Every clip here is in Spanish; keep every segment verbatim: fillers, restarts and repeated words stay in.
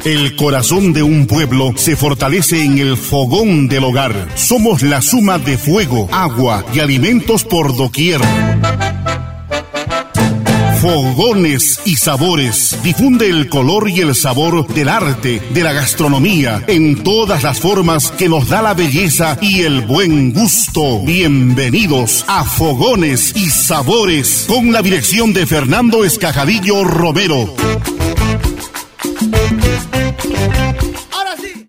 El corazón de un pueblo se fortalece en el fogón del hogar. Somos la suma de fuego, agua y alimentos por doquier. Fogones y sabores. Difunde el color y el sabor del arte, de la gastronomía, en todas las formas que nos da la belleza y el buen gusto. Bienvenidos a Fogones y Sabores, con la dirección de Fernando Escajadillo Romero. Ahora sí.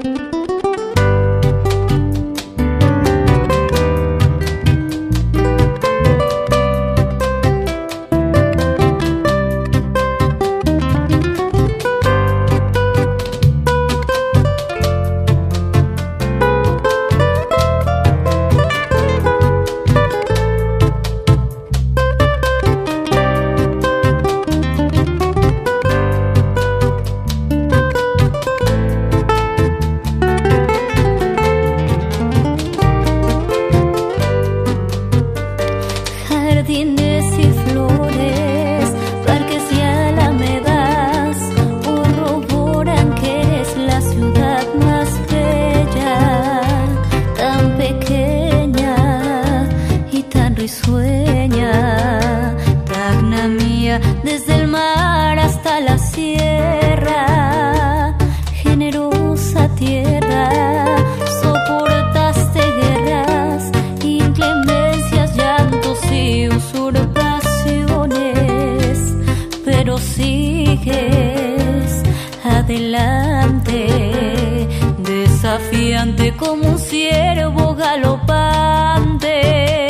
Desafiante como un ciervo galopante,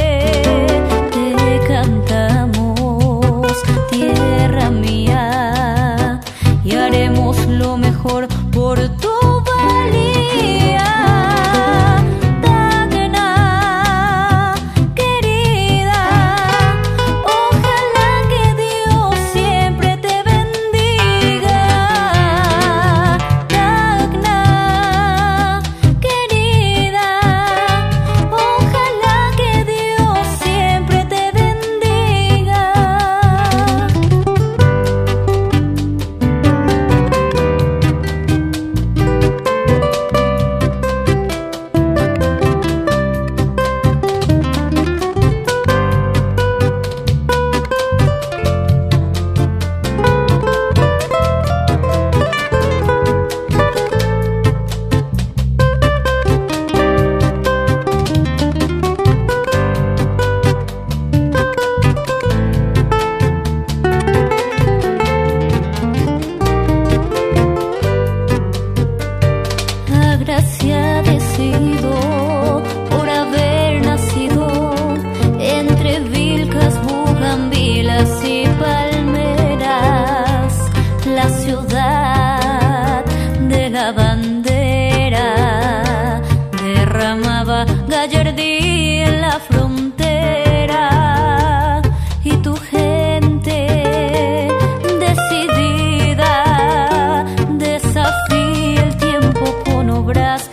te cantamos, tierra mía, y haremos lo mejor por tu valía. Tacna, querida, ojalá que Dios siempre te bendiga. Tacna, Gallardí en la frontera, y tu gente decidida desafía el tiempo con obras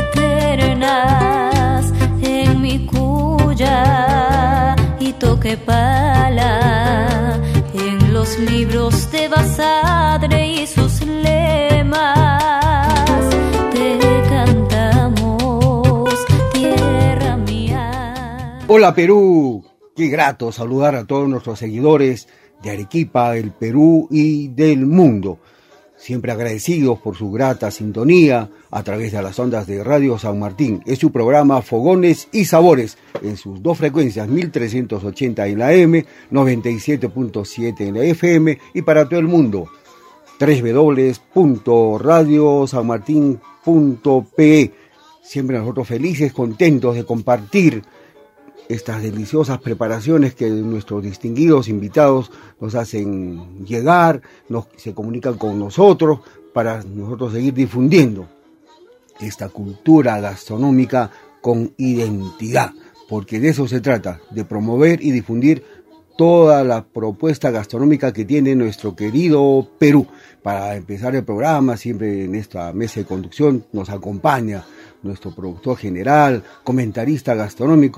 eternas en mi cuya y Toquepala, en los libros de Basadre y sus lemas te cantamos. Hola Perú, qué grato saludar a todos nuestros seguidores de Arequipa, del Perú y del mundo. Siempre agradecidos por su grata sintonía a través de las ondas de Radio San Martín. Es su programa Fogones y Sabores en sus dos frecuencias, mil trescientos ochenta en la A M, noventa y siete punto siete en la F M y para todo el mundo, doble u doble u doble u punto radio san martín punto p e. Siempre nosotros felices, contentos de compartir estas deliciosas preparaciones que nuestros distinguidos invitados nos hacen llegar, nos, se comunican con nosotros para nosotros seguir difundiendo esta cultura gastronómica con identidad, porque de eso se trata, de promover y difundir toda la propuesta gastronómica que tiene nuestro querido Perú. Para empezar el programa, siempre en esta mesa de conducción nos acompaña nuestro productor general, comentarista gastronómico,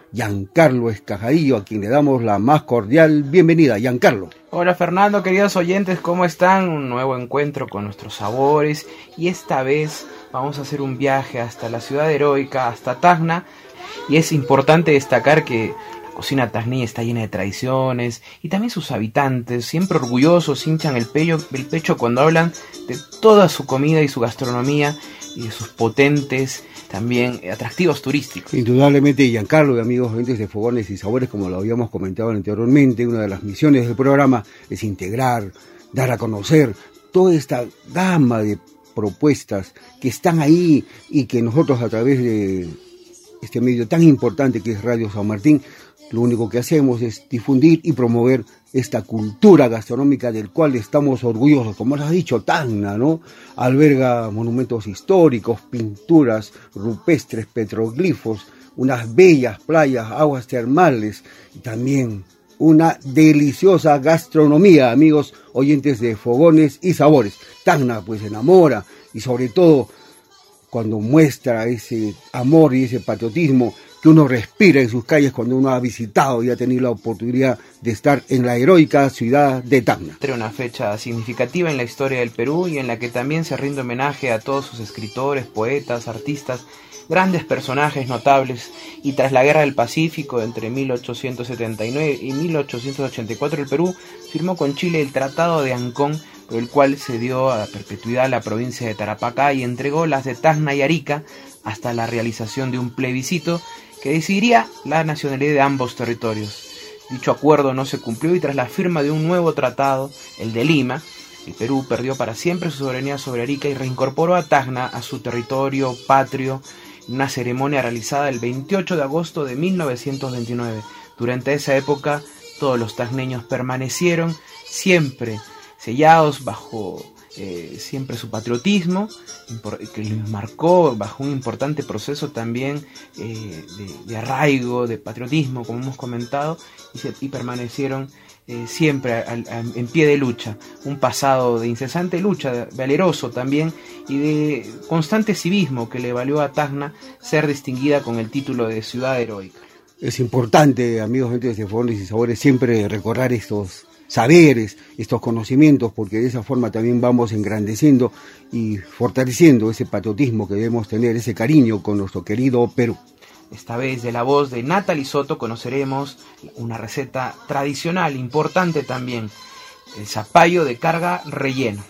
Giancarlo Escajadillo, a quien le damos la más cordial bienvenida. Giancarlo. Hola Fernando, queridos oyentes, ¿cómo están? Un nuevo encuentro con nuestros sabores y esta vez vamos a hacer un viaje hasta la ciudad heroica, hasta Tacna, y es importante destacar que la cocina tacneña está llena de tradiciones y también sus habitantes, siempre orgullosos, hinchan el pecho, el pecho cuando hablan de toda su comida y su gastronomía y de sus potentes también atractivos turísticos. Indudablemente, Giancarlo y amigos oyentes de Fogones y Sabores, como lo habíamos comentado anteriormente, una de las misiones del programa es integrar, dar a conocer toda esta gama de propuestas que están ahí y que nosotros a través de este medio tan importante que es Radio San Martín, lo único que hacemos es difundir y promover esta cultura gastronómica del cual estamos orgullosos. Como lo has dicho, Tacna, ¿no? Alberga monumentos históricos, pinturas rupestres, petroglifos, unas bellas playas, aguas termales y también una deliciosa gastronomía, amigos oyentes de Fogones y Sabores. Tacna pues enamora y sobre todo cuando muestra ese amor y ese patriotismo que uno respira en sus calles cuando uno ha visitado y ha tenido la oportunidad de estar en la heroica ciudad de Tacna. Una fecha significativa en la historia del Perú y en la que también se rinde homenaje a todos sus escritores, poetas, artistas, grandes personajes notables. Y tras la Guerra del Pacífico entre mil ochocientos setenta y nueve y mil ochocientos ochenta y cuatro, el Perú firmó con Chile el Tratado de Ancón, por el cual se dio a perpetuidad a la provincia de Tarapacá y entregó las de Tacna y Arica hasta la realización de un plebiscito que decidiría la nacionalidad de ambos territorios. Dicho acuerdo no se cumplió y tras la firma de un nuevo tratado, el de Lima, el Perú perdió para siempre su soberanía sobre Arica y reincorporó a Tacna a su territorio patrio en una ceremonia realizada el veintiocho de agosto de mil novecientos veintinueve. Durante esa época todos los tacneños permanecieron siempre sellados bajo eh, siempre su patriotismo, que les marcó bajo un importante proceso también eh, de, de arraigo, de patriotismo, como hemos comentado, y, se, y permanecieron eh, siempre a, a, en pie de lucha, un pasado de incesante lucha, valeroso también, y de constante civismo que le valió a Tacna ser distinguida con el título de ciudad heroica. Es importante, amigos oyentes de Fogones y Sabores, siempre recordar estos saberes, estos conocimientos, porque de esa forma también vamos engrandeciendo y fortaleciendo ese patriotismo que debemos tener, ese cariño con nuestro querido Perú. Esta vez de la voz de Natalie Soto conoceremos una receta tradicional, importante también, el zapallo de carga relleno.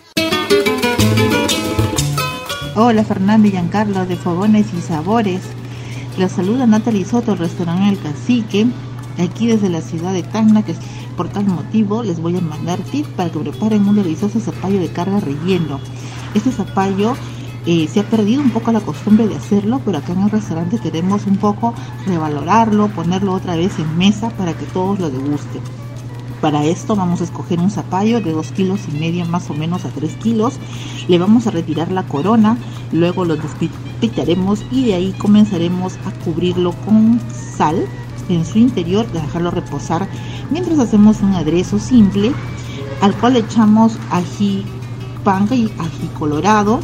Hola Fernando y Giancarlo de Fogones y Sabores. Los saluda Natalie Soto, el restaurante El Cacique, aquí desde la ciudad de Tacna, que por tal motivo les voy a mandar tips para que preparen un delicioso zapallo de carga relleno. Este zapallo eh, se ha perdido un poco la costumbre de hacerlo, pero acá en el restaurante queremos un poco revalorarlo, ponerlo otra vez en mesa para que todos lo degusten. Para esto vamos a escoger un zapallo de dos kilos y medio más o menos a tres kilos. Le vamos a retirar la corona, luego lo despitaremos y de ahí comenzaremos a cubrirlo con sal en su interior, de dejarlo reposar mientras hacemos un aderezo simple al cual le echamos ají panca y ají colorado,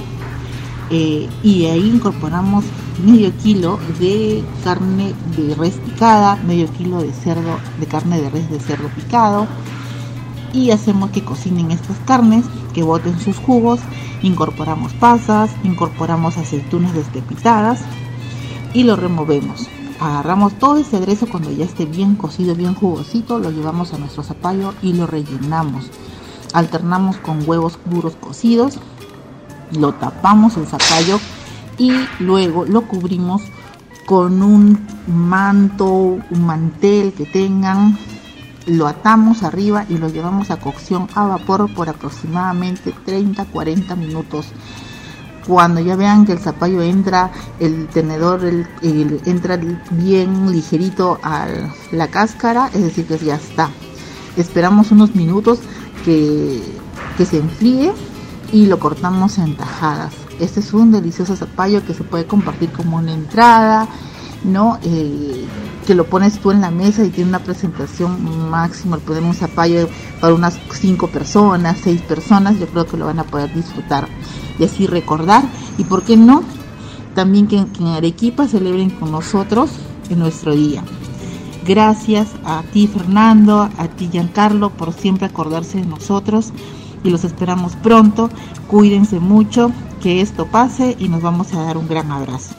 eh, y de ahí incorporamos medio kilo de carne de res picada, medio kilo de cerdo, de carne de res de cerdo picado, y hacemos que cocinen estas carnes, que boten sus jugos. Incorporamos pasas, incorporamos aceitunas despepitadas y lo removemos. Agarramos todo ese aderezo cuando ya esté bien cocido, bien jugosito, lo llevamos a nuestro zapallo y lo rellenamos. Alternamos con huevos duros cocidos, lo tapamos el zapallo y luego lo cubrimos con un manto, un mantel que tengan, lo atamos arriba y lo llevamos a cocción a vapor por aproximadamente treinta a cuarenta minutos. Cuando ya vean que el zapallo entra, el tenedor el, el, entra bien ligerito a la cáscara, es decir que ya está. Esperamos unos minutos que, que se enfríe y lo cortamos en tajadas. Este es un delicioso zapallo que se puede compartir como una entrada, ¿no? Eh, que lo pones tú en la mesa y tiene una presentación máxima. Al poner un zapallo para unas cinco personas, seis personas, yo creo que lo van a poder disfrutar y así recordar. Y por qué no, también que, que en Arequipa celebren con nosotros en nuestro día. Gracias a ti, Fernando, a ti, Giancarlo, por siempre acordarse de nosotros, y los esperamos pronto. Cuídense mucho, que esto pase y nos vamos a dar un gran abrazo.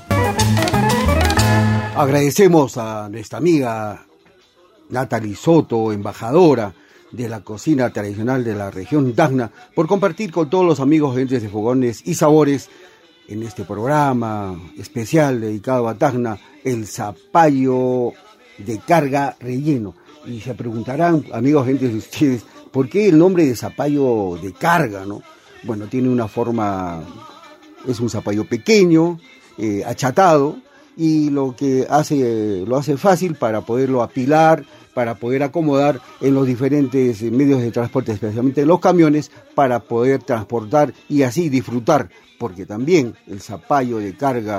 Agradecemos a nuestra amiga Natalie Soto, embajadora de la cocina tradicional de la región Tacna, por compartir con todos los amigos oyentes de Fogones y Sabores en este programa especial dedicado a Tacna, el zapallo de carga relleno. Y se preguntarán, amigos oyentes de ustedes, ¿por qué el nombre de zapallo de carga, no? Bueno, tiene una forma, es un zapallo pequeño, eh, achatado, y lo que hace, lo hace fácil para poderlo apilar, para poder acomodar en los diferentes medios de transporte, especialmente en los camiones, para poder transportar y así disfrutar, porque también el zapallo de carga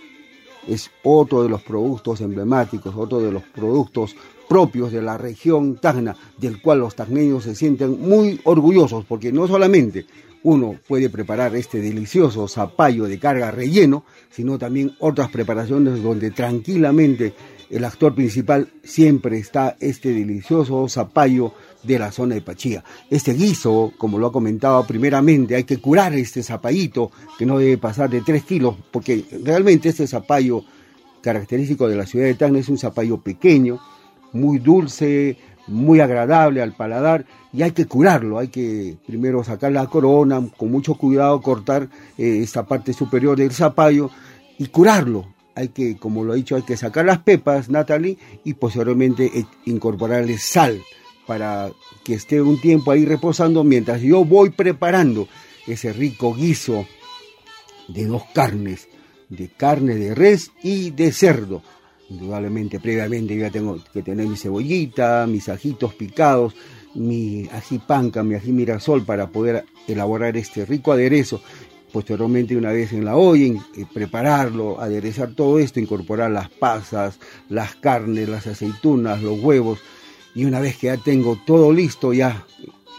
es otro de los productos emblemáticos, otro de los productos propios de la región Tacna, del cual los tacneños se sienten muy orgullosos, porque no solamente uno puede preparar este delicioso zapallo de carga relleno, sino también otras preparaciones donde tranquilamente el actor principal siempre está este delicioso zapallo de la zona de Pachía. Este guiso, como lo ha comentado primeramente, hay que curar este zapallito, que no debe pasar de tres kilos, porque realmente este zapallo característico de la ciudad de Tacna es un zapallo pequeño, muy dulce, muy agradable al paladar, y hay que curarlo, hay que primero sacar la corona, con mucho cuidado cortar eh, esta parte superior del zapallo y curarlo. Hay que, como lo he dicho, hay que sacar las pepas, Natalie, y posteriormente eh, incorporarle sal para que esté un tiempo ahí reposando mientras yo voy preparando ese rico guiso de dos carnes, de carne de res y de cerdo. Indudablemente, previamente yo ya tengo que tener mi cebollita, mis ajitos picados, mi ají panca, mi ají mirasol para poder elaborar este rico aderezo. Posteriormente, una vez en la olla, eh, prepararlo, aderezar todo esto, incorporar las pasas, las carnes, las aceitunas, los huevos, y una vez que ya tengo todo listo, ya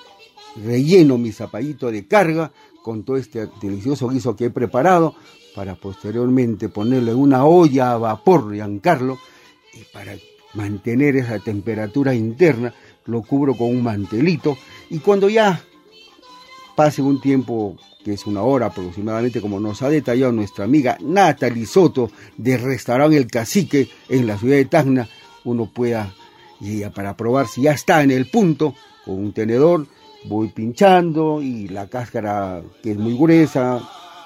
relleno mi zapallito de carga con todo este delicioso guiso que he preparado, para posteriormente ponerlo en una olla a vapor, Giancarlo, y para mantener esa temperatura interna, lo cubro con un mantelito, y cuando ya pase un tiempo, que es una hora aproximadamente, como nos ha detallado nuestra amiga Natalie Soto, del restaurante El Cacique en la ciudad de Tacna, uno pueda, y ya para probar si ya está en el punto, con un tenedor, voy pinchando, y la cáscara, que es muy gruesa,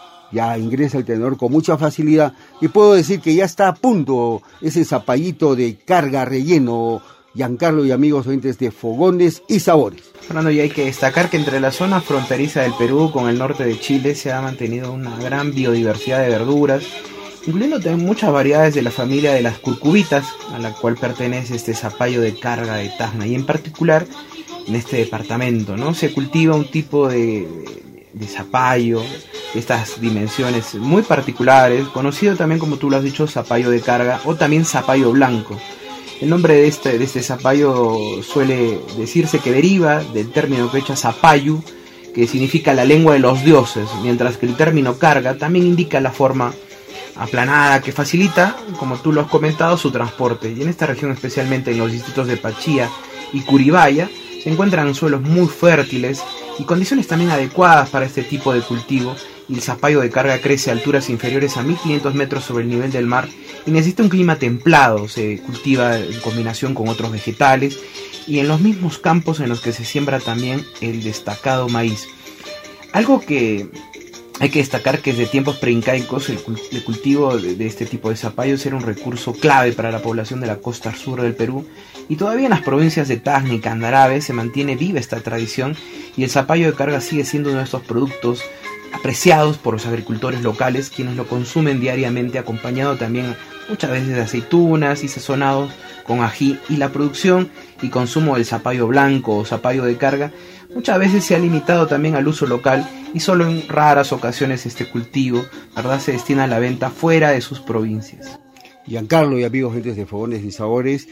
ya ingresa el tenedor con mucha facilidad, y puedo decir que ya está a punto ese zapallito de carga relleno, Giancarlo y amigos oyentes de Fogones y Sabores. Fernando, y hay que destacar que entre la zona fronteriza del Perú con el norte de Chile se ha mantenido una gran biodiversidad de verduras, incluyendo también muchas variedades de la familia de las curcubitas, a la cual pertenece este zapallo de carga de Tacna, y en particular en este departamento, ¿no? Se cultiva un tipo de, de zapallo de estas dimensiones muy particulares, conocido también, como tú lo has dicho, zapallo de carga o también zapallo blanco. El nombre de este, de este zapallo suele decirse que deriva del término quechua zapayu, que significa la lengua de los dioses, mientras que el término carga también indica la forma aplanada que facilita, como tú lo has comentado, su transporte. Y en esta región, especialmente en los distritos de Pachía y Curibaya, se encuentran suelos muy fértiles y condiciones también adecuadas para este tipo de cultivo, y el zapallo de carga crece a alturas inferiores a mil quinientos metros sobre el nivel del mar y necesita un clima templado. Se cultiva en combinación con otros vegetales y en los mismos campos en los que se siembra también el destacado maíz. Algo que hay que destacar, que desde tiempos preincaicos el, el cultivo de, de este tipo de zapallos era un recurso clave para la población de la costa sur del Perú, y todavía en las provincias de Tacna y Candarave se mantiene viva esta tradición, y el zapallo de carga sigue siendo uno de estos productos apreciados por los agricultores locales, quienes lo consumen diariamente, acompañado también muchas veces de aceitunas y sazonados con ají. Y la producción y consumo del zapallo blanco o zapallo de carga muchas veces se ha limitado también al uso local, y solo en raras ocasiones este cultivo, ¿verdad?, se destina a la venta fuera de sus provincias. Giancarlo y amigos oyentes de Fogones y Sabores,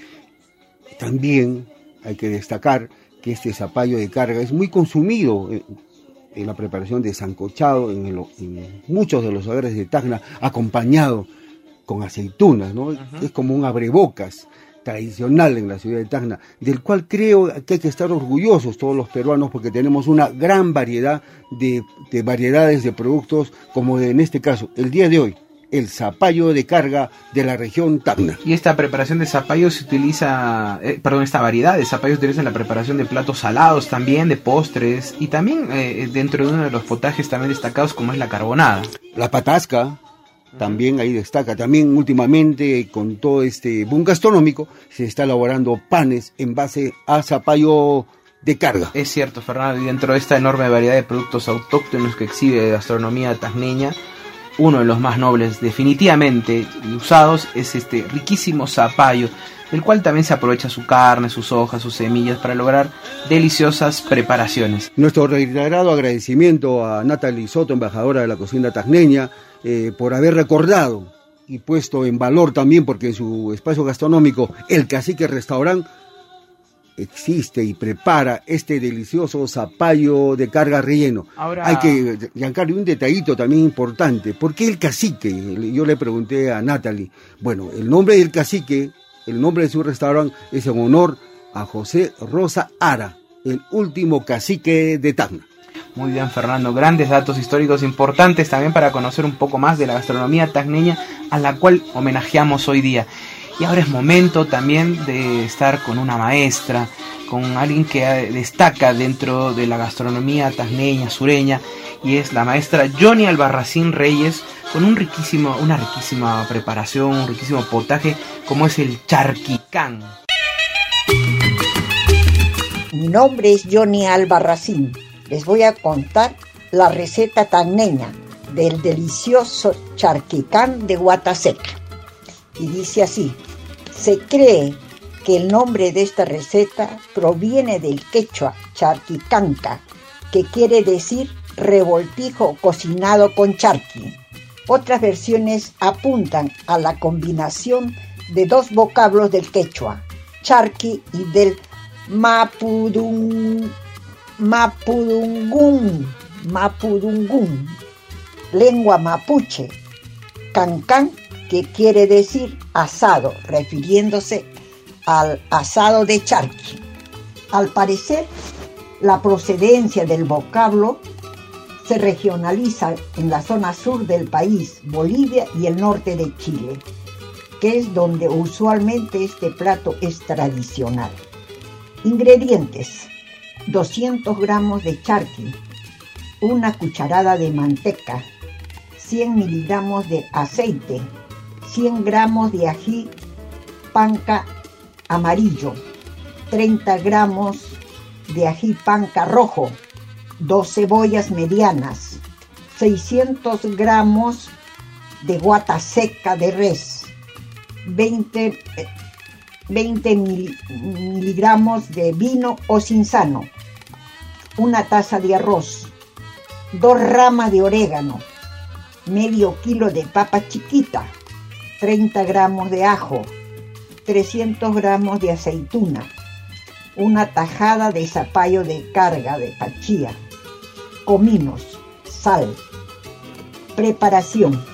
también hay que destacar que este zapallo de carga es muy consumido en, en la preparación de sancochado en, el, en muchos de los hogares de Tacna, acompañado con aceitunas, ¿no? Uh-huh. Es como un abrebocas tradicional en la ciudad de Tacna, del cual creo que hay que estar orgullosos todos los peruanos porque tenemos una gran variedad de, de variedades de productos, como de, en este caso, el día de hoy, el zapallo de carga de la región Tacna. Y esta preparación de zapallo se utiliza, eh, perdón, esta variedad de zapallo se utiliza en la preparación de platos salados también, de postres, y también eh, dentro de uno de los potajes también destacados como es la carbonada. La patasca también ahí destaca. También últimamente con todo este boom gastronómico se está elaborando panes en base a zapallo de carga. Es cierto, Fernando, y dentro de esta enorme variedad de productos autóctonos que exhibe la gastronomía tacneña, uno de los más nobles definitivamente usados es este riquísimo zapallo, del cual también se aprovecha su carne, sus hojas, sus semillas para lograr deliciosas preparaciones. Nuestro reiterado agradecimiento a Natalie Soto, embajadora de la cocina tacneña, eh, por haber recordado y puesto en valor también, porque en su espacio gastronómico El Cacique Restaurant existe y prepara este delicioso zapallo de carga relleno. Ahora... Hay que, Giancarlo, un detallito también importante. ¿Por qué El Cacique? Yo le pregunté a Natalie. Bueno, el nombre del cacique, el nombre de su restaurante es en honor a José Rosa Ara, el último cacique de Tacna. Muy bien, Fernando, grandes datos históricos importantes también para conocer un poco más de la gastronomía tacneña a la cual homenajeamos hoy día. Y ahora es momento también de estar con una maestra, con alguien que destaca dentro de la gastronomía tacneña, sureña, y es la maestra Johnny Albarracín Reyes, con un riquísimo, una riquísima preparación, un riquísimo potaje, como es el charquicán. Mi nombre es Johnny Albarracín. Les voy a contar la receta tacneña del delicioso charquicán de guata seca. Y dice así: se cree que el nombre de esta receta proviene del quechua charquicanca, que quiere decir revoltijo cocinado con charqui. Otras versiones apuntan a la combinación de dos vocablos del quechua, charqui, y del mapudung, mapudungún, mapudungún, lengua mapuche, cancán, que quiere decir asado, refiriéndose al asado de charqui. Al parecer, la procedencia del vocablo se regionaliza en la zona sur del país, Bolivia y el norte de Chile, que es donde usualmente este plato es tradicional. Ingredientes: doscientos gramos de charqui, una cucharada de manteca, cien miligramos de aceite, cien gramos de ají panca amarillo, treinta gramos de ají panca rojo, dos cebollas medianas, seiscientos gramos de guata seca de res, veinte, veinte miligramos de vino o cinzano, una taza de arroz, dos ramas de orégano, medio kilo de papa chiquita, treinta gramos de ajo, trescientos gramos de aceituna, una tajada de zapallo de carga de pachía, cominos, sal. Preparación: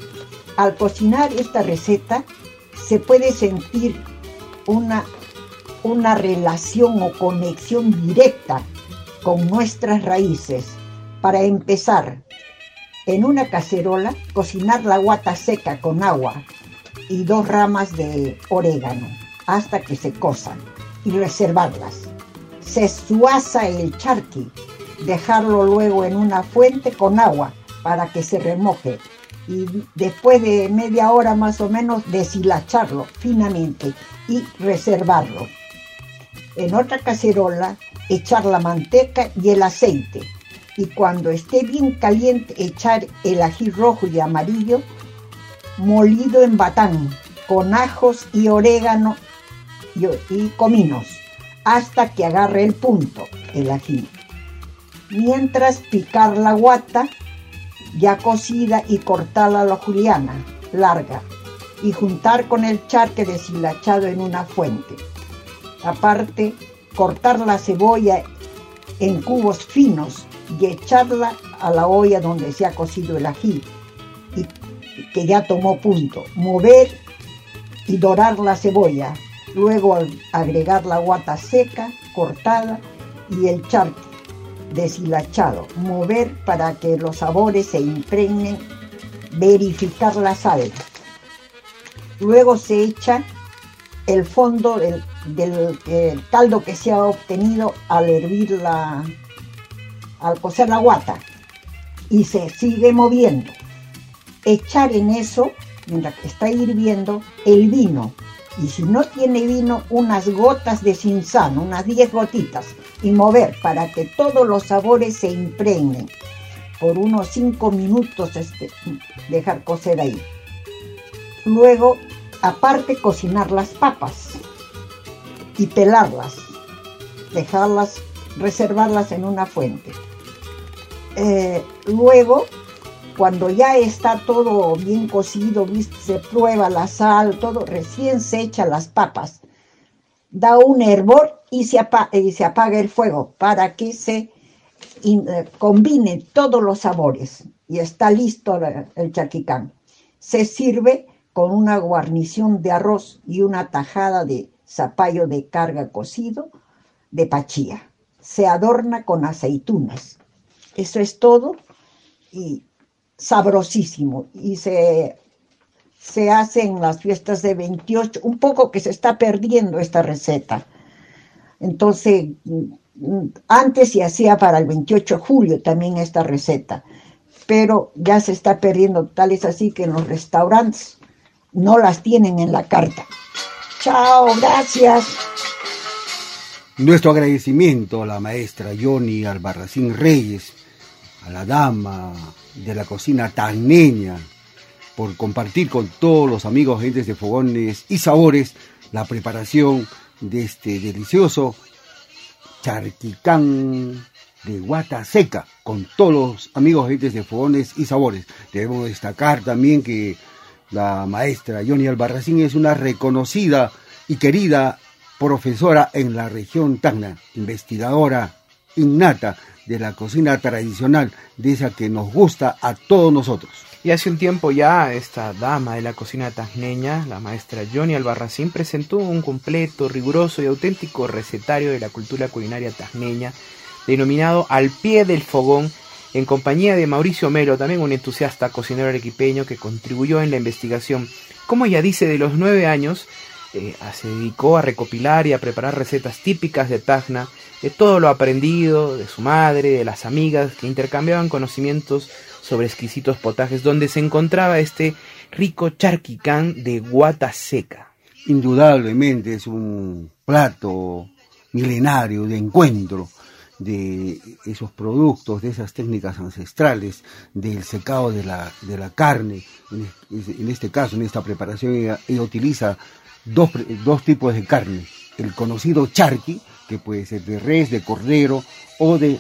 al cocinar esta receta se puede sentir una, una relación o conexión directa con nuestras raíces. Para empezar, en una cacerola, cocinar la guata seca con agua y dos ramas de orégano hasta que se cosan y reservarlas. Se suaza el charqui, dejarlo luego en una fuente con agua para que se remoje y después de media hora más o menos deshilacharlo finamente y reservarlo. En otra cacerola echar la manteca y el aceite, y cuando esté bien caliente echar el ají rojo y amarillo molido en batán con ajos y orégano y, y cominos hasta que agarre el punto el ají. Mientras picar la guata ya cocida y cortarla a la juliana larga y juntar con el charque deshilachado en una fuente. Aparte, cortar la cebolla en cubos finos y echarla a la olla donde se ha cocido el ají y que ya tomó punto. Mover y dorar la cebolla. Luego agregar la guata seca, cortada y el charqui deshilachado. Mover para que los sabores se impregnen. Verificar la sal. Luego se echa el fondo del, del el caldo que se ha obtenido al hervir la, al cocer la guata, y se sigue moviendo. Echar en eso, mientras que está hirviendo, el vino. Y si no tiene vino, unas gotas de cinzano, unas diez gotitas, y mover para que todos los sabores se impregnen. Por unos cinco minutos este, dejar cocer ahí. Luego, aparte, cocinar las papas y pelarlas, dejarlas, reservarlas en una fuente. Eh, luego, cuando ya está todo bien cocido, ¿viste? Se prueba la sal, todo, recién se echa las papas, da un hervor y se apaga, y se apaga el fuego para que se in, eh, combinen todos los sabores, y está listo el, el charquicán. Se sirve con una guarnición de arroz y una tajada de zapallo de carga cocido de pachía. Se adorna con aceitunas. Eso es todo, y sabrosísimo, y se, se hace en las fiestas de veintiocho, un poco que se está perdiendo esta receta. Entonces, antes se hacía para el veintiocho de julio también esta receta, pero ya se está perdiendo, tal es así que en los restaurantes no las tienen en la carta. Chao, gracias. Nuestro agradecimiento a la maestra Yoni Albarracín Reyes, a la dama de la cocina tacneña, por compartir con todos los amigos gentes de Fogones y Sabores la preparación de este delicioso charquicán de guata seca, con todos los amigos gentes de Fogones y Sabores. Debemos destacar también que la maestra Yoni Albarracín es una reconocida y querida profesora en la región Tacna, investigadora innata de la cocina tradicional, de esa que nos gusta a todos nosotros. Y hace un tiempo ya esta dama de la cocina tacneña, la maestra Yoni Albarracín, presentó un completo, riguroso y auténtico recetario de la cultura culinaria tacneña, denominado Al Pie del Fogón, en compañía de Mauricio Melo, también un entusiasta cocinero arequipeño que contribuyó en la investigación. Como ella dice, de los nueve años, eh, se dedicó a recopilar y a preparar recetas típicas de Tacna, de todo lo aprendido de su madre, de las amigas, que intercambiaban conocimientos sobre exquisitos potajes, donde se encontraba este rico charquicán de guata seca. Indudablemente es un plato milenario de encuentro de esos productos, de esas técnicas ancestrales, del secado de la, de la carne. En, en este caso, en esta preparación, ella, ella utiliza dos, dos tipos de carne. El conocido charqui, que puede ser de res, de cordero o de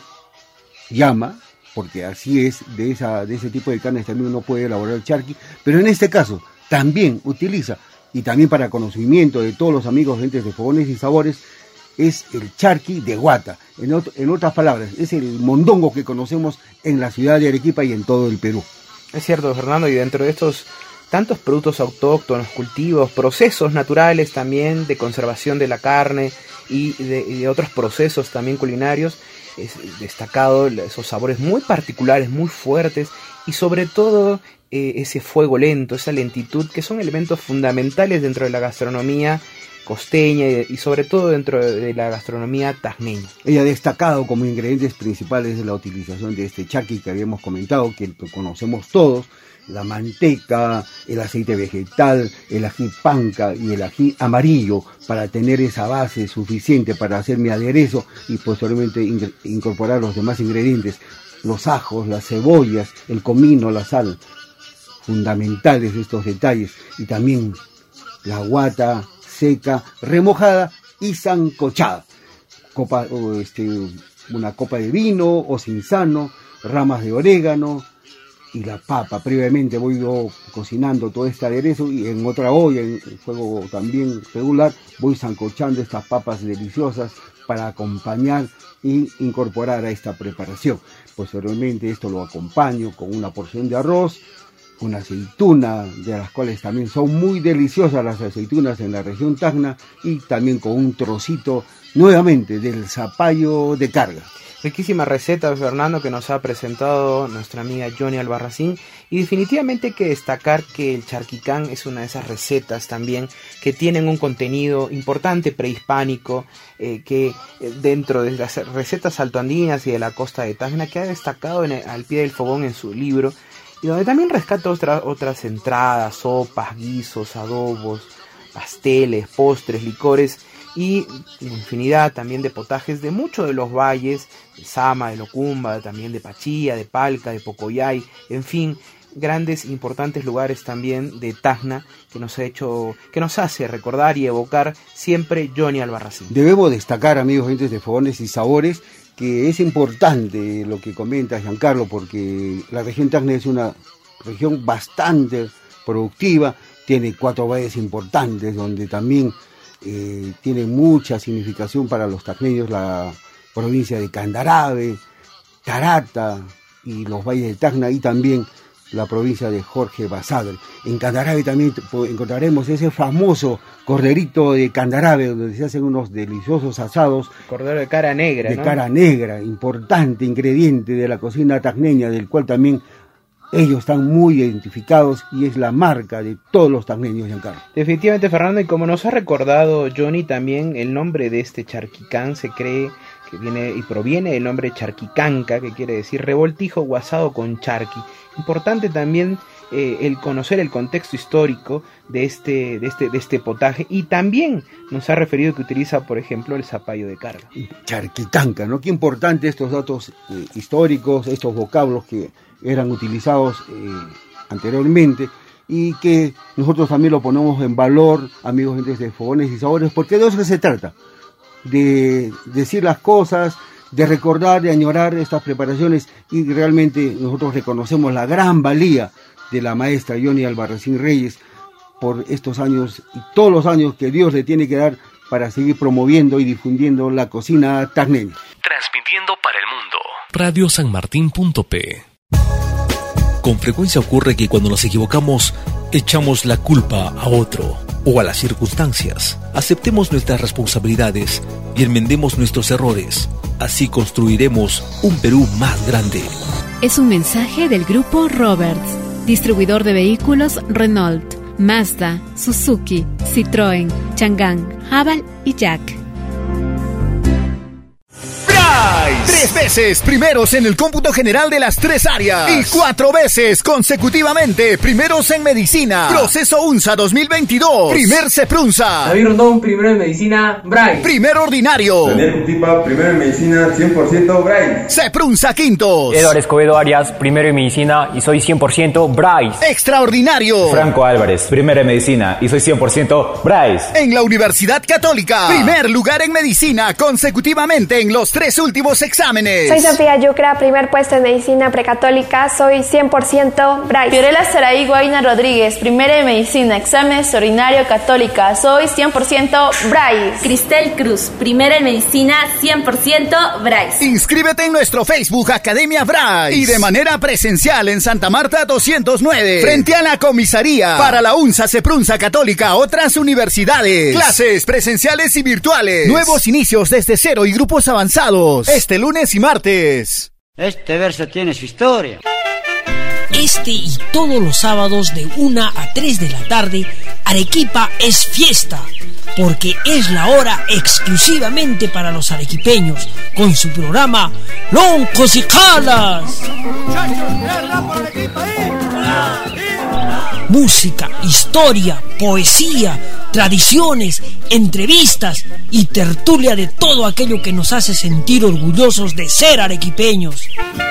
llama, porque así es, de, esa, de ese tipo de carnes también uno puede elaborar el charqui, pero en este caso también utiliza, y también para conocimiento de todos los amigos gentes de Fogones y Sabores, es el charqui de guata. En, otro, en otras palabras, es el mondongo que conocemos en la ciudad de Arequipa y en todo el Perú. Es cierto, Fernando, y dentro de estos tantos productos autóctonos, cultivos, procesos naturales también de conservación de la carne y de, y de otros procesos también culinarios, es destacado esos sabores muy particulares, muy fuertes, y sobre todo eh, ese fuego lento, esa lentitud, que son elementos fundamentales dentro de la gastronomía costeña y, y sobre todo dentro de la gastronomía tacneña. Ella ha destacado como ingredientes principales de la utilización de este charqui que habíamos comentado, que conocemos todos: la manteca, el aceite vegetal, el ají panca y el ají amarillo, para tener esa base suficiente para hacer mi aderezo y posteriormente in- incorporar los demás ingredientes, los ajos, las cebollas, el comino, la sal, fundamentales estos detalles, y también la guata seca, remojada y sancochada, copa, o este, una copa de vino o cinzano, ramas de orégano y la papa. Previamente voy yo cocinando todo este aderezo, y en otra olla, en fuego también regular, voy sancochando estas papas deliciosas para acompañar e incorporar a esta preparación. Posteriormente esto lo acompaño con una porción de arroz una aceituna, de las cuales también son muy deliciosas las aceitunas en la región Tacna, y también con un trocito nuevamente del zapallo de carga. Riquísima receta, Fernando, que nos ha presentado nuestra amiga Johnny Albarracín, y definitivamente hay que destacar que el charquicán es una de esas recetas también que tienen un contenido importante prehispánico, eh, que dentro de las recetas altoandinas y de la costa de Tacna, que ha destacado en el, al pie del fogón en su libro, y donde también rescata otra, otras entradas, sopas, guisos, adobos, pasteles, postres, licores, y infinidad también de potajes de muchos de los valles, de Sama, de Locumba, también de Pachía, de Palca, de Pocoyay, en fin, grandes importantes lugares también de Tacna que nos ha hecho, que nos hace recordar y evocar siempre Johnny Albarracín. Debemos destacar, amigos oyentes de Fogones y Sabores, que es importante lo que comenta Giancarlo, porque la región Tacna es una región bastante productiva, tiene cuatro valles importantes donde también Eh, tiene mucha significación para los tacneños, la provincia de Candarave, Tarata y los valles de Tacna, y también la provincia de Jorge Basadre. En Candarave también encontraremos ese famoso corderito de Candarave, donde se hacen unos deliciosos asados. Cordero de cara negra, De ¿no? cara negra, importante ingrediente de la cocina tacneña, del cual también ellos están muy identificados y es la marca de todos los tacneños, Giancarlo. Definitivamente, Fernando, y como nos ha recordado Johnny, también el nombre de este charquicán se cree que viene y proviene del nombre charquicanca, que quiere decir revoltijo o asado con charqui. Importante también eh, el conocer el contexto histórico de este, de este, de este potaje, y también nos ha referido que utiliza, por ejemplo, el zapallo de carga. Charquicanca, ¿no? Qué importante estos datos eh, históricos, estos vocablos que eran utilizados eh, anteriormente, y que nosotros también lo ponemos en valor, amigos de Fogones y Sabores, porque de eso se trata, de decir las cosas, de recordar, de añorar estas preparaciones, y realmente nosotros reconocemos la gran valía de la maestra Johnny Albarracín Reyes por estos años y todos los años que Dios le tiene que dar para seguir promoviendo y difundiendo la cocina tacneña. Transmitiendo para el mundo. radio san martín punto pe. Con frecuencia ocurre que cuando nos equivocamos, echamos la culpa a otro o a las circunstancias. Aceptemos nuestras responsabilidades y enmendemos nuestros errores. Así construiremos un Perú más grande. Es un mensaje del Grupo Roberts, distribuidor de vehículos Renault, Mazda, Suzuki, Citroën, Chang'an, Haval y Jack. Tres veces primeros en el cómputo general de las tres áreas y cuatro veces consecutivamente primeros en medicina. Proceso UNSA dos mil veintidós. Primer CEPRUNSA. David Rondón, primero en medicina, Bryce. Primer ordinario. Daniel Cutipa, primero en medicina, cien por ciento Bryce. CEPRUNSA quintos. Eduardo Escobedo Arias, primero en medicina y soy cien por ciento Bryce. Extraordinario. Franco Álvarez, primero en medicina y soy cien por ciento Bryce. En la Universidad Católica, primer lugar en medicina consecutivamente en los tres últimos exámenes. Soy Sofía Yucra, primer puesto en medicina precatólica, soy cien por ciento Bryce. Fiorella Saraí Guaina Rodríguez, primera en medicina, exámenes ordinario católica, soy cien por ciento Bryce. Cristel Cruz, primera en medicina, cien por ciento Bryce. Inscríbete en nuestro Facebook Academia Bryce y de manera presencial en Santa Marta doscientos nueve, frente a la comisaría, para la UNSA, CEPRUNSA Católica, otras universidades. Clases presenciales y virtuales. Nuevos inicios desde cero y grupos avanzados. Este lunes y martes. Este verso tiene su historia. Este y todos los sábados de una a tres de la tarde, Arequipa es fiesta, porque es la hora exclusivamente para los arequipeños, con su programa Loncos y Calas. Música, historia, poesía, tradiciones, entrevistas y tertulia de todo aquello que nos hace sentir orgullosos de ser arequipeños.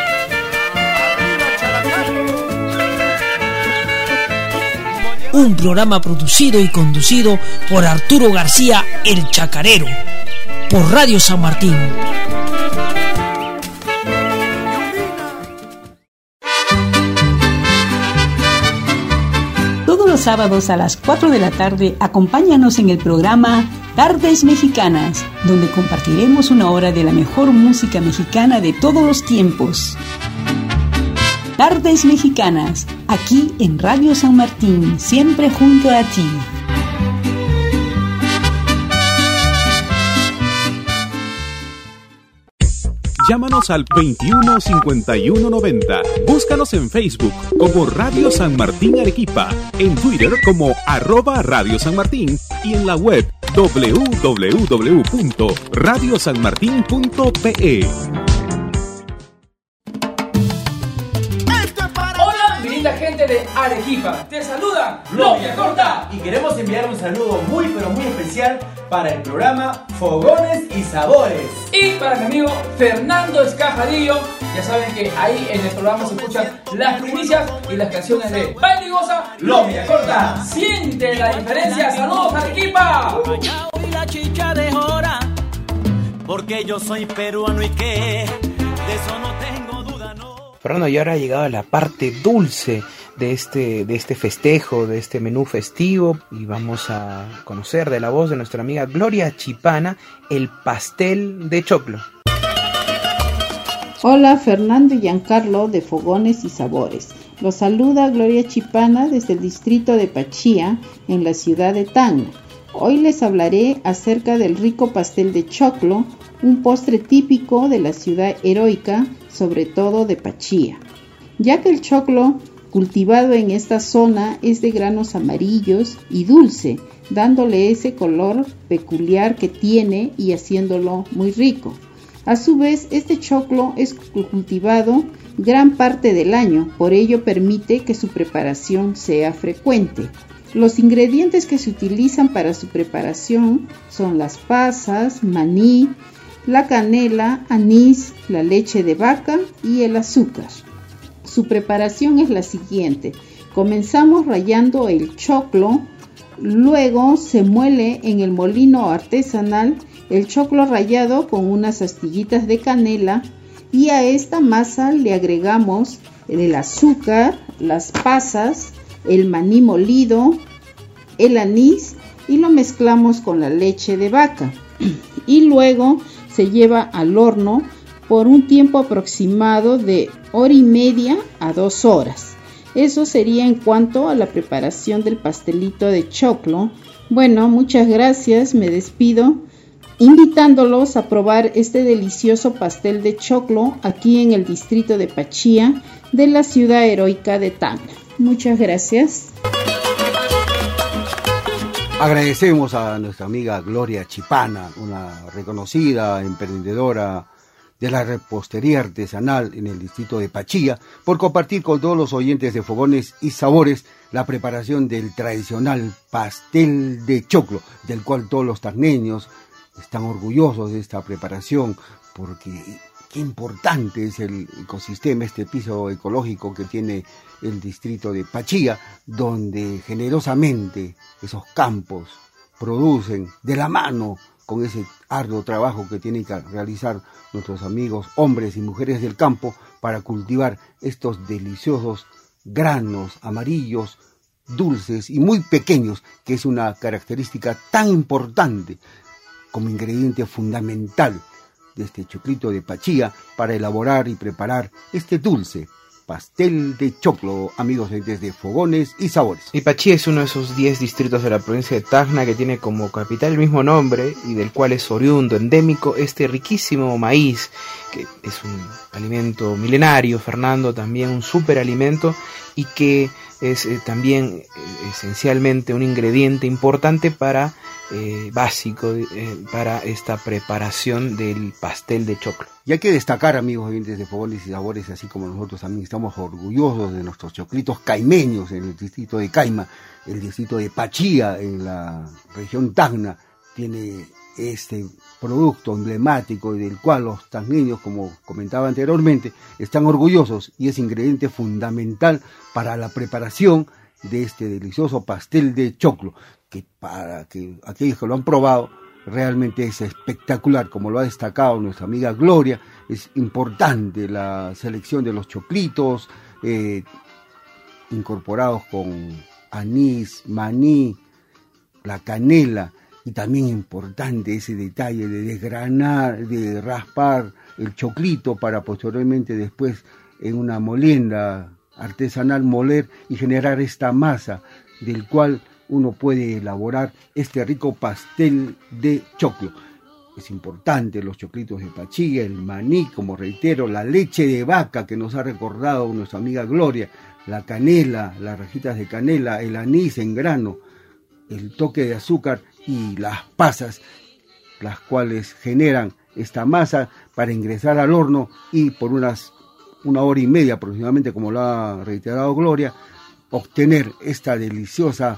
Un programa producido y conducido por Arturo García El Chacarero, por Radio San Martín. Todos los sábados a las cuatro de la tarde, acompáñanos en el programa Tardes Mexicanas, donde compartiremos una hora de la mejor música mexicana de todos los tiempos. Tardes Mexicanas, aquí en Radio San Martín, siempre junto a ti. Llámanos al veintiuno cincuenta y uno noventa. Búscanos en Facebook como Radio San Martín Arequipa, en Twitter como arroba Radio San Martín y en la web doble u doble u doble u punto radio san martín punto pe e. Linda gente de Arequipa, te saluda Novia Corta y queremos enviar un saludo muy pero muy especial para el programa Fogones y Sabores y para mi amigo Fernando Escajadillo. Ya saben que ahí en el programa se escuchan las primicias y las canciones de Baile y Goza, Novia Corta. Siente la diferencia. Saludos Arequipa. Y la chicha de jora, porque yo soy peruano y que de eso no tengo duda, no. Fernando, y ahora ha llegado a la parte dulce de este, de este festejo, de este menú festivo, y vamos a conocer de la voz de nuestra amiga Gloria Chipana el pastel de choclo. Hola, Fernando y Giancarlo de Fogones y Sabores. Los saluda Gloria Chipana desde el distrito de Pachía, en la ciudad de Tacna. Hoy les hablaré acerca del rico pastel de choclo, un postre típico de la ciudad heroica, sobre todo de Pachía, ya que el choclo cultivado en esta zona es de granos amarillos y dulce, dándole ese color peculiar que tiene y haciéndolo muy rico. A su vez, este choclo es cultivado gran parte del año, por ello permite que su preparación sea frecuente. Los ingredientes que se utilizan para su preparación son las pasas, maní, la canela, anís, la leche de vaca y el azúcar. Su preparación es la siguiente. Comenzamos rallando el choclo, luego se muele en el molino artesanal el choclo rallado con unas astillitas de canela y a esta masa le agregamos el azúcar, las pasas, el maní molido, el anís y lo mezclamos con la leche de vaca y luego se lleva al horno por un tiempo aproximado de hora y media a dos horas. Eso sería en cuanto a la preparación del pastelito de choclo. Bueno, muchas gracias, me despido, invitándolos a probar este delicioso pastel de choclo aquí en el distrito de Pachía de la ciudad heroica de Tacna. Muchas gracias. Agradecemos a nuestra amiga Gloria Chipana, una reconocida emprendedora de la repostería artesanal en el distrito de Pachía, por compartir con todos los oyentes de Fogones y Sabores la preparación del tradicional pastel de choclo, del cual todos los tacneños están orgullosos de esta preparación, porque qué importante es el ecosistema, este piso ecológico que tiene el distrito de Pachía, donde generosamente esos campos producen de la mano con ese arduo trabajo que tienen que realizar nuestros amigos hombres y mujeres del campo para cultivar estos deliciosos granos amarillos, dulces y muy pequeños, que es una característica tan importante como ingrediente fundamental de este choclito de Pachía para elaborar y preparar este dulce pastel de choclo, amigos desde Fogones y Sabores. Y Pachía es uno de esos diez distritos de la provincia de Tacna que tiene como capital el mismo nombre y del cual es oriundo, endémico, este riquísimo maíz, que es un alimento milenario, Fernando, también un superalimento y que es eh, también eh, esencialmente un ingrediente importante para Eh, básico eh, para esta preparación del pastel de choclo. Y hay que destacar, amigos oyentes de Fogones y Sabores, así como nosotros también estamos orgullosos de nuestros choclitos caimeños en el distrito de Caima, el distrito de Pachía en la región Tacna tiene este producto emblemático del cual los tacneños, como comentaba anteriormente, están orgullosos y es ingrediente fundamental para la preparación de este delicioso pastel de choclo, que para que aquellos que lo han probado realmente es espectacular, como lo ha destacado nuestra amiga Gloria. Es importante la selección de los choclitos eh, incorporados con anís, maní, la canela, y también importante ese detalle de desgranar, de raspar el choclito para posteriormente después en una molienda artesanal moler y generar esta masa del cual uno puede elaborar este rico pastel de choclo. Es importante los choclitos de pachilla, el maní, como reitero, la leche de vaca que nos ha recordado nuestra amiga Gloria, la canela, las rajitas de canela, el anís en grano, el toque de azúcar y las pasas, las cuales generan esta masa para ingresar al horno y por unas una hora y media aproximadamente, como lo ha reiterado Gloria, obtener esta deliciosa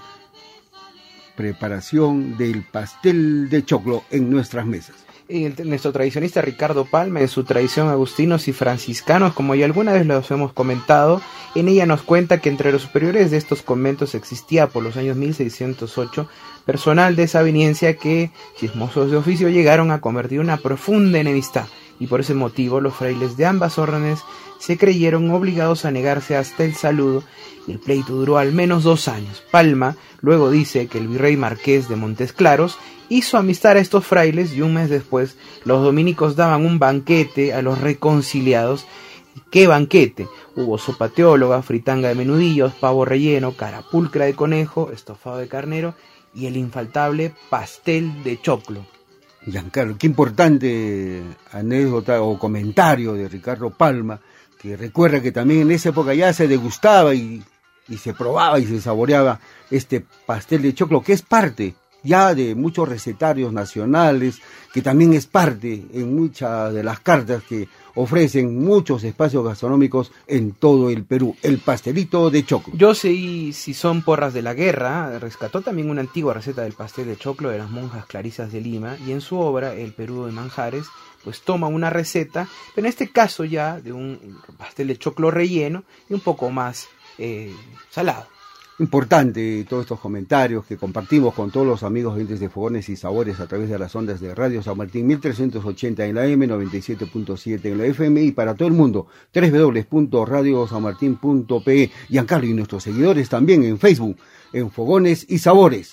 preparación del pastel de choclo en nuestras mesas. El, nuestro tradicionista Ricardo Palma, en su tradición agustinos y franciscanos, como ya alguna vez los hemos comentado, en ella nos cuenta que entre los superiores de estos conventos existía por los años mil seiscientos ocho personal de esa aveniencia que, chismosos de oficio, llegaron a convertir una profunda enemistad, y por ese motivo los frailes de ambas órdenes se creyeron obligados a negarse hasta el saludo, y el pleito duró al menos dos años. Palma luego dice que el virrey marqués de Montes Claros hizo amistar a estos frailes y un mes después los dominicos daban un banquete a los reconciliados. ¿Qué banquete? Hubo sopa teóloga, fritanga de menudillos, pavo relleno, carapulcra de conejo, estofado de carnero y el infaltable pastel de choclo. Giancarlo, qué importante anécdota o comentario de Ricardo Palma, que recuerda que también en esa época ya se degustaba y, y se probaba y se saboreaba este pastel de choclo, que es parte ya de muchos recetarios nacionales, que también es parte en muchas de las cartas que ofrecen muchos espacios gastronómicos en todo el Perú, el pastelito de choclo. Yo sé si son porras de la guerra, rescató también una antigua receta del pastel de choclo de las monjas clarisas de Lima, y en su obra, El Perú de Manjares, pues toma una receta, pero en este caso ya de un pastel de choclo relleno y un poco más eh, salado. Importante todos estos comentarios que compartimos con todos los amigos oyentes de Fogones y Sabores a través de las ondas de Radio San Martín mil trescientos ochenta en la A M, noventa y siete punto siete en la F M y para todo el mundo doble u doble u doble u punto radio san martín punto pe e. Giancarlo y nuestros seguidores también en Facebook, en Fogones y Sabores.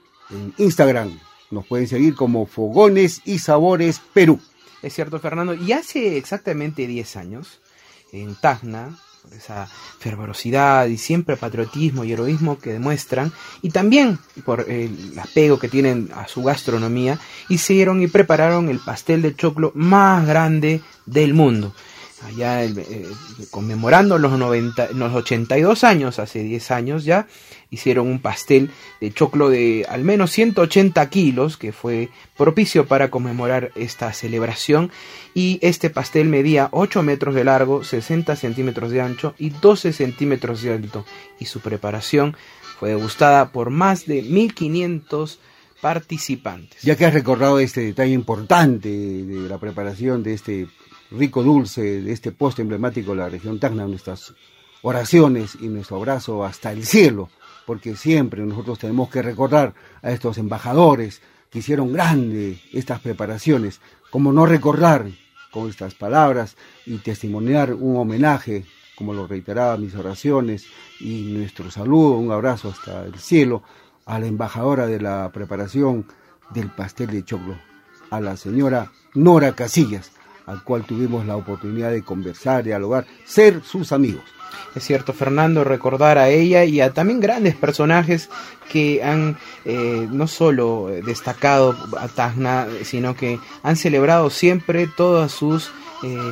En Instagram nos pueden seguir como Fogones y Sabores Perú. Es cierto, Fernando, y hace exactamente diez años, en Tacna, por esa fervorosidad y siempre patriotismo y heroísmo que demuestran, y también por el apego que tienen a su gastronomía, hicieron y prepararon el pastel de choclo más grande del mundo. Allá eh, conmemorando los, noventa, los ochenta y dos años, hace diez años ya, hicieron un pastel de choclo de al menos ciento ochenta kilos, que fue propicio para conmemorar esta celebración, y este pastel medía ocho metros de largo, sesenta centímetros de ancho y doce centímetros de alto, y su preparación fue degustada por más de mil quinientos participantes. Ya que has recordado este detalle importante de la preparación de este rico dulce, de este postre emblemático de la región Tacna, nuestras oraciones y nuestro abrazo hasta el cielo, porque siempre nosotros tenemos que recordar a estos embajadores que hicieron grande estas preparaciones, como no recordar con estas palabras y testimoniar un homenaje, como lo reiteraba mis oraciones y nuestro saludo, un abrazo hasta el cielo, a la embajadora de la preparación del pastel de choclo, a la señora Nora Casillas, al cual tuvimos la oportunidad de conversar, dialogar, ser sus amigos. Es cierto, Fernando, recordar a ella y a también grandes personajes que han eh, no solo destacado a Tacna, sino que han celebrado siempre todas sus, eh,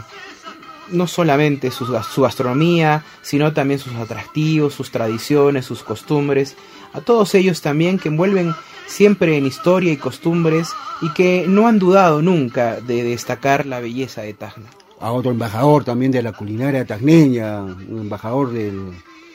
no solamente su, su gastronomía, sino también sus atractivos, sus tradiciones, sus costumbres, a todos ellos también que envuelven siempre en historia y costumbres y que no han dudado nunca de destacar la belleza de Tacna. A otro embajador también de la culinaria tacneña, un embajador del,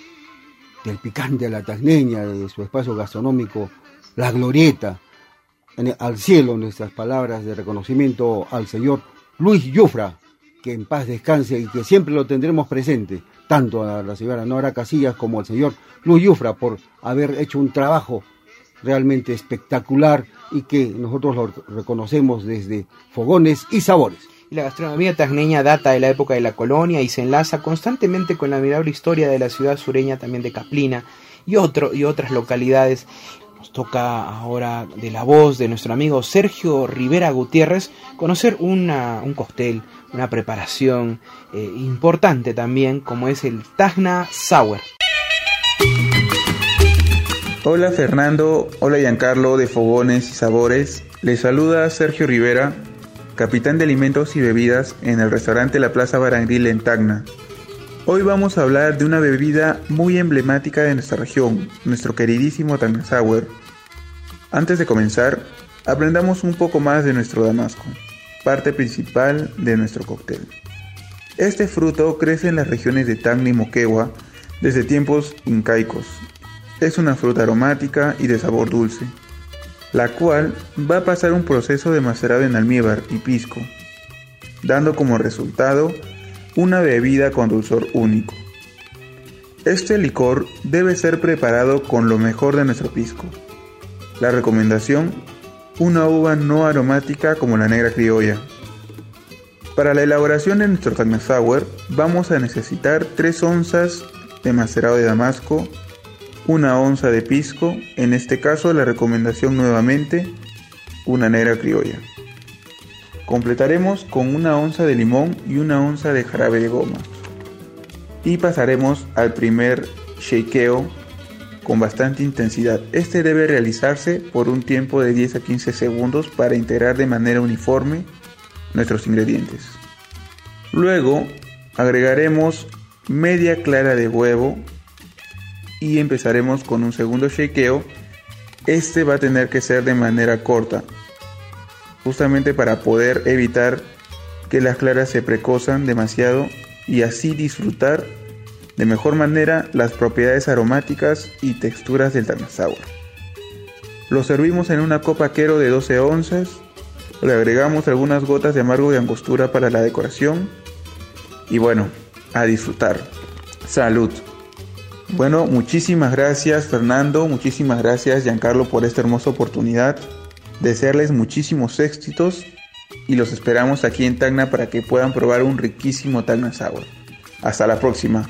del picante a la tacneña, de su espacio gastronómico, La Glorieta, en, al cielo nuestras palabras de reconocimiento al señor Luis Yufra, que en paz descanse y que siempre lo tendremos presente, tanto a la señora Nora Casillas como al señor Luis Yufra, por haber hecho un trabajo realmente espectacular y que nosotros lo reconocemos desde Fogones y Sabores. La gastronomía tacneña data de la época de la colonia y se enlaza constantemente con la admirable historia de la ciudad sureña también de Caplina y, otro, y otras localidades. Nos toca ahora, de la voz de nuestro amigo Sergio Rivera Gutiérrez, conocer una, un cóctel, una preparación eh, importante también, como es el Tacna Sour. Hola Fernando, hola Giancarlo de Fogones y Sabores. Les saluda Sergio Rivera, capitán de alimentos y bebidas en el restaurante La Plaza Barangril en Tacna. Hoy vamos a hablar de una bebida muy emblemática de nuestra región, nuestro queridísimo Tacna Sour. Antes de comenzar, aprendamos un poco más de nuestro damasco, parte principal de nuestro cóctel. Este fruto crece en las regiones de Tacna y Moquegua desde tiempos incaicos. Es una fruta aromática y de sabor dulce, la cual va a pasar un proceso de macerado en almíbar y pisco, dando como resultado una bebida con dulzor único. Este licor debe ser preparado con lo mejor de nuestro pisco. La recomendación: una uva no aromática como la negra criolla. Para la elaboración de nuestro Tacna Sour vamos a necesitar tres onzas de macerado de damasco, una onza de pisco, en este caso la recomendación nuevamente, una negra criolla. Completaremos con una onza de limón y una onza de jarabe de goma. Y pasaremos al primer shakeo con bastante intensidad. Este debe realizarse por un tiempo de diez a quince segundos para integrar de manera uniforme nuestros ingredientes. Luego agregaremos media clara de huevo y empezaremos con un segundo shakeo. Este va a tener que ser de manera corta, justamente para poder evitar que las claras se precozan demasiado y así disfrutar de mejor manera las propiedades aromáticas y texturas del Tacna Sour. Lo servimos en una copa Quero de doce onzas, le agregamos algunas gotas de amargo de angostura para la decoración y bueno, a disfrutar. ¡Salud! Bueno, muchísimas gracias Fernando, muchísimas gracias Giancarlo por esta hermosa oportunidad. Desearles muchísimos éxitos y los esperamos aquí en Tacna para que puedan probar un riquísimo Tacna Sour. Hasta la próxima.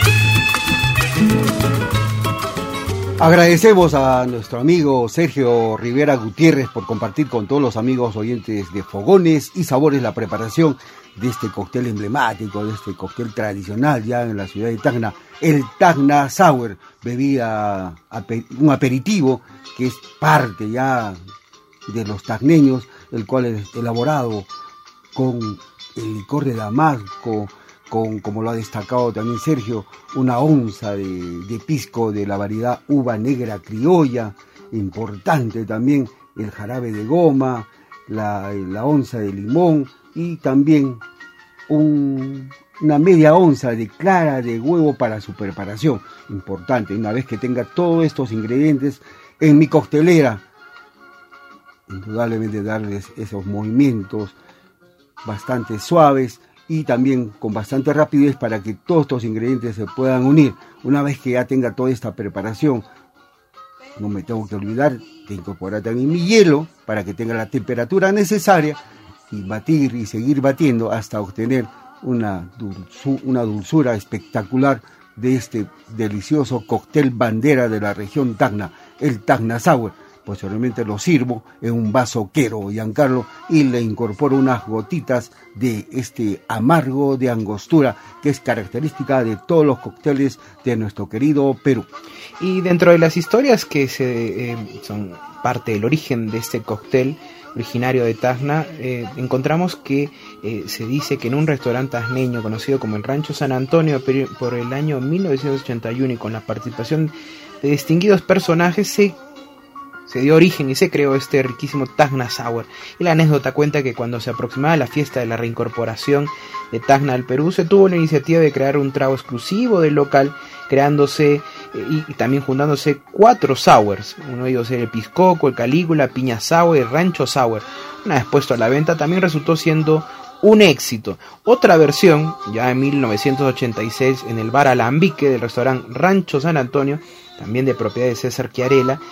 Agradecemos a nuestro amigo Sergio Rivera Gutiérrez por compartir con todos los amigos oyentes de Fogones y Sabores la preparación de este cóctel emblemático, de este cóctel tradicional ya en la ciudad de Tacna, el Tacna Sour, bebida, un aperitivo que es parte ya de los tacneños, el cual es elaborado con el licor de damasco, con, como lo ha destacado también Sergio, una onza de, de pisco de la variedad uva negra criolla, importante también el jarabe de goma, la, la onza de limón y también un, una media onza de clara de huevo para su preparación, importante. Una vez que tenga todos estos ingredientes en mi coctelera, indudablemente darles esos movimientos bastante suaves y también con bastante rapidez para que todos estos ingredientes se puedan unir. Una vez que ya tenga toda esta preparación, no me tengo que olvidar de incorporar también mi hielo para que tenga la temperatura necesaria y batir y seguir batiendo hasta obtener una, dulzu, una dulzura espectacular de este delicioso cóctel bandera de la región Tacna, el Tacna Sour. Posteriormente lo sirvo en un vaso Quero, Giancarlo, y le incorporo unas gotitas de este amargo de angostura que es característica de todos los cócteles de nuestro querido Perú. Y dentro de las historias que se, eh, son parte del origen de este cóctel originario de Tacna, eh, encontramos que eh, se dice que en un restaurante tacneño conocido como el Rancho San Antonio por el año mil novecientos ochenta y uno y con la participación de distinguidos personajes se Se dio origen y se creó este riquísimo Tacna Sour. Y la anécdota cuenta que cuando se aproximaba la fiesta de la reincorporación de Tacna al Perú, se tuvo la iniciativa de crear un trago exclusivo del local, creándose eh, y, y también juntándose cuatro sours. Uno de ellos era el Piscoco, el Calígula, Piña Sour y Rancho Sour. Una vez puesto a la venta, también resultó siendo un éxito. Otra versión, ya en mil novecientos ochenta y seis, en el bar Alambique del restaurante Rancho San Antonio, también de propiedad de César Chiarella,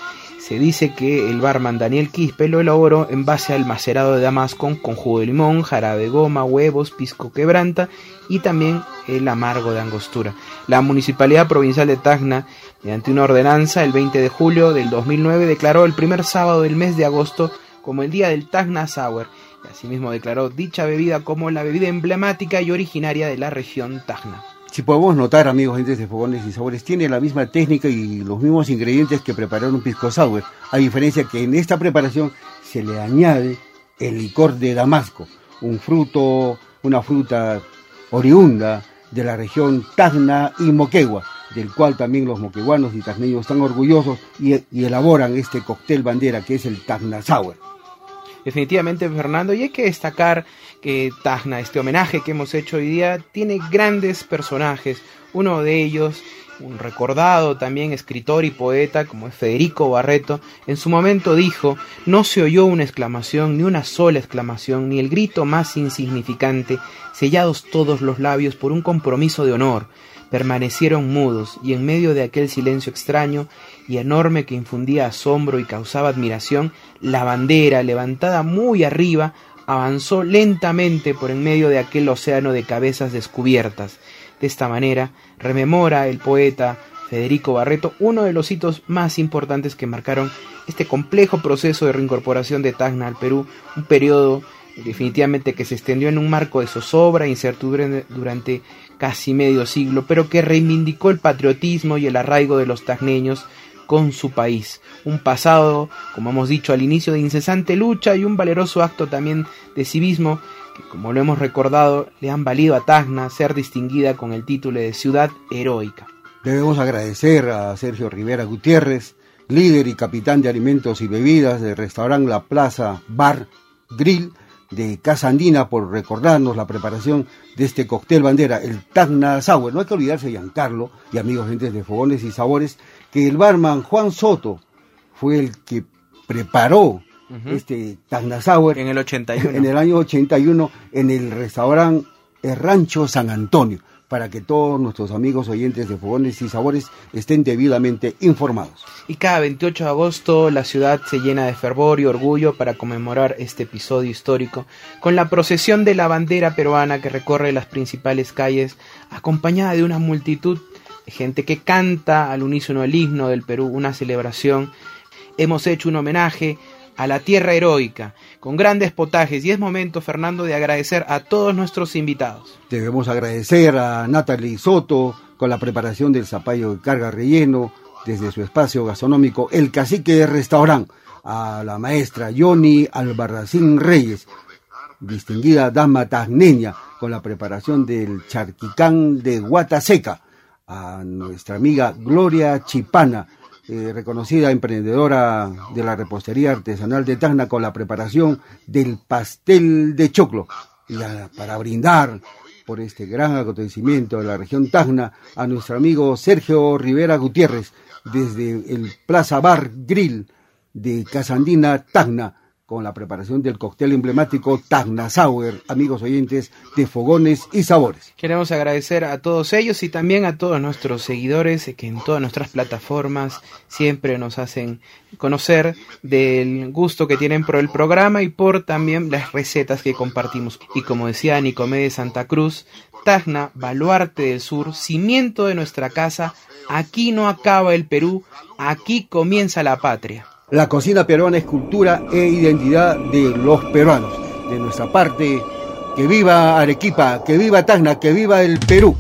Se dice que el barman Daniel Quispe lo elaboró en base al macerado de damasco con jugo de limón, jarabe de goma, huevos, pisco quebranta y también el amargo de angostura. La Municipalidad Provincial de Tacna, mediante una ordenanza el veinte de julio del dos mil nueve, declaró el primer sábado del mes de agosto como el día del Tacna Sour. Y asimismo declaró dicha bebida como la bebida emblemática y originaria de la región Tacna. Si podemos notar, amigos, gentes de Fogones y Sabores, tiene la misma técnica y los mismos ingredientes que prepararon un pisco sour, a diferencia que en esta preparación se le añade el licor de damasco, un fruto, una fruta oriunda de la región Tacna y Moquegua, del cual también los moqueguanos y tacneños están orgullosos y, y elaboran este cóctel bandera que es el Tacna Sour. Definitivamente, Fernando, y hay que destacar que Tacna, este homenaje que hemos hecho hoy día, tiene grandes personajes. Uno de ellos, un recordado también escritor y poeta como es Federico Barreto, en su momento dijo: no se oyó una exclamación, ni una sola exclamación, ni el grito más insignificante, sellados todos los labios por un compromiso de honor. Permanecieron mudos, y en medio de aquel silencio extraño y enorme que infundía asombro y causaba admiración, la bandera, levantada muy arriba, avanzó lentamente por en medio de aquel océano de cabezas descubiertas. De esta manera, rememora el poeta Federico Barreto uno de los hitos más importantes que marcaron este complejo proceso de reincorporación de Tacna al Perú, un periodo definitivamente que se extendió en un marco de zozobra e incertidumbre durante casi medio siglo, pero que reivindicó el patriotismo y el arraigo de los tacneños con su país. Un pasado, como hemos dicho al inicio, de incesante lucha y un valeroso acto también de civismo que, como lo hemos recordado, le han valido a Tacna ser distinguida con el título de Ciudad Heroica. Debemos agradecer a Sergio Rivera Gutiérrez, líder y capitán de alimentos y bebidas del restaurante La Plaza Bar Grill de Casa Andina, por recordarnos la preparación de este cóctel bandera, el Tacna Sour. No hay que olvidarse, Giancarlo y amigos gentes de Fogones y Sabores, que el barman Juan Soto fue el que preparó uh-huh. este Tacna Sour en el ochenta y uno. En el año ochenta y uno en el restaurante El Rancho San Antonio, para que todos nuestros amigos oyentes de Fogones y Sabores estén debidamente informados. Y cada veintiocho de agosto la ciudad se llena de fervor y orgullo para conmemorar este episodio histórico, con la procesión de la bandera peruana que recorre las principales calles, acompañada de una multitud de gente que canta al unísono el himno del Perú, una celebración. Hemos hecho un homenaje a la tierra heroica, con grandes potajes, y es momento, Fernando, de agradecer a todos nuestros invitados. Debemos agradecer a Natalie Soto con la preparación del zapallo de carga relleno desde su espacio gastronómico El Cacique Restaurant, a la maestra Yoni Albarracín Reyes, distinguida dama tacneña, con la preparación del charquicán de guata seca, a nuestra amiga Gloria Chipana, Eh, reconocida emprendedora de la repostería artesanal de Tacna, con la preparación del pastel de choclo. Y a, para brindar por este gran acontecimiento de la región Tacna, a nuestro amigo Sergio Rivera Gutiérrez, desde el Plaza Bar Grill de Casa Andina, Tacna, con la preparación del cóctel emblemático Tacna Sour, amigos oyentes de Fogones y Sabores. Queremos agradecer a todos ellos y también a todos nuestros seguidores que en todas nuestras plataformas siempre nos hacen conocer del gusto que tienen por el programa y por también las recetas que compartimos. Y como decía Nicomedes Santa Cruz, Tacna, baluarte del sur, cimiento de nuestra casa, aquí no acaba el Perú, aquí comienza la patria. La cocina peruana es cultura e identidad de los peruanos. De nuestra parte, que viva Arequipa, que viva Tacna, que viva el Perú.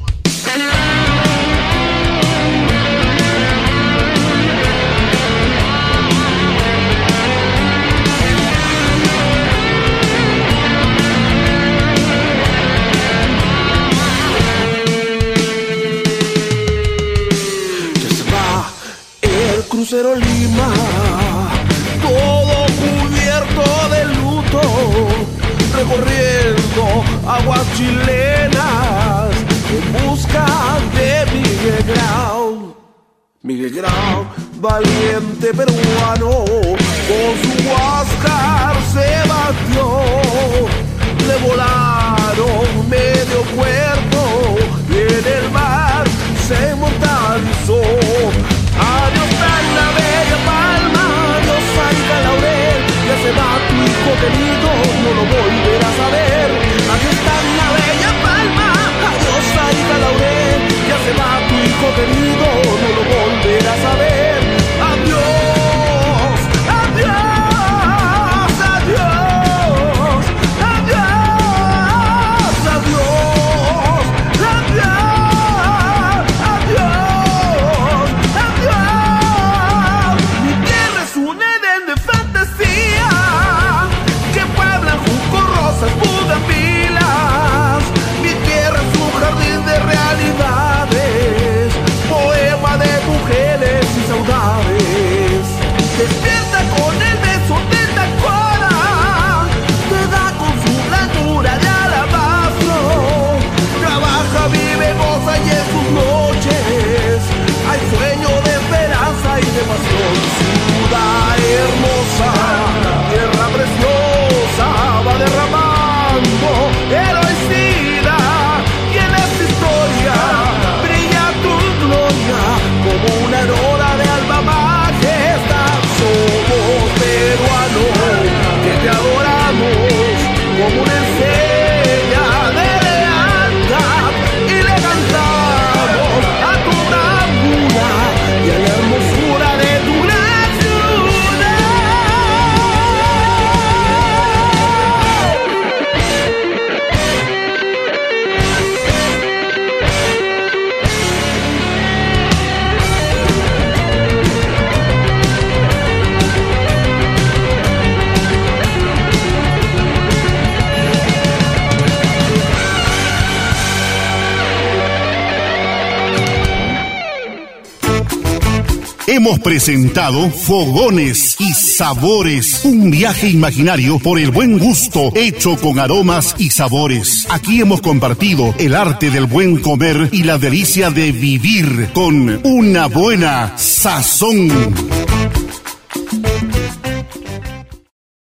Ya se va el crucero Lima, todo cubierto de luto, recorriendo aguas chilenas en busca de Miguel Grau. Miguel Grau, valiente peruano, con su Huáscar se batió, le volaron medio cuerpo y en el mar se inmortalizó. Adiós, Tacna, bella palma, hemos presentado Fogones y Sabores, un viaje imaginario por el buen gusto hecho con aromas y sabores. Aquí hemos compartido el arte del buen comer y la delicia de vivir con una buena sazón.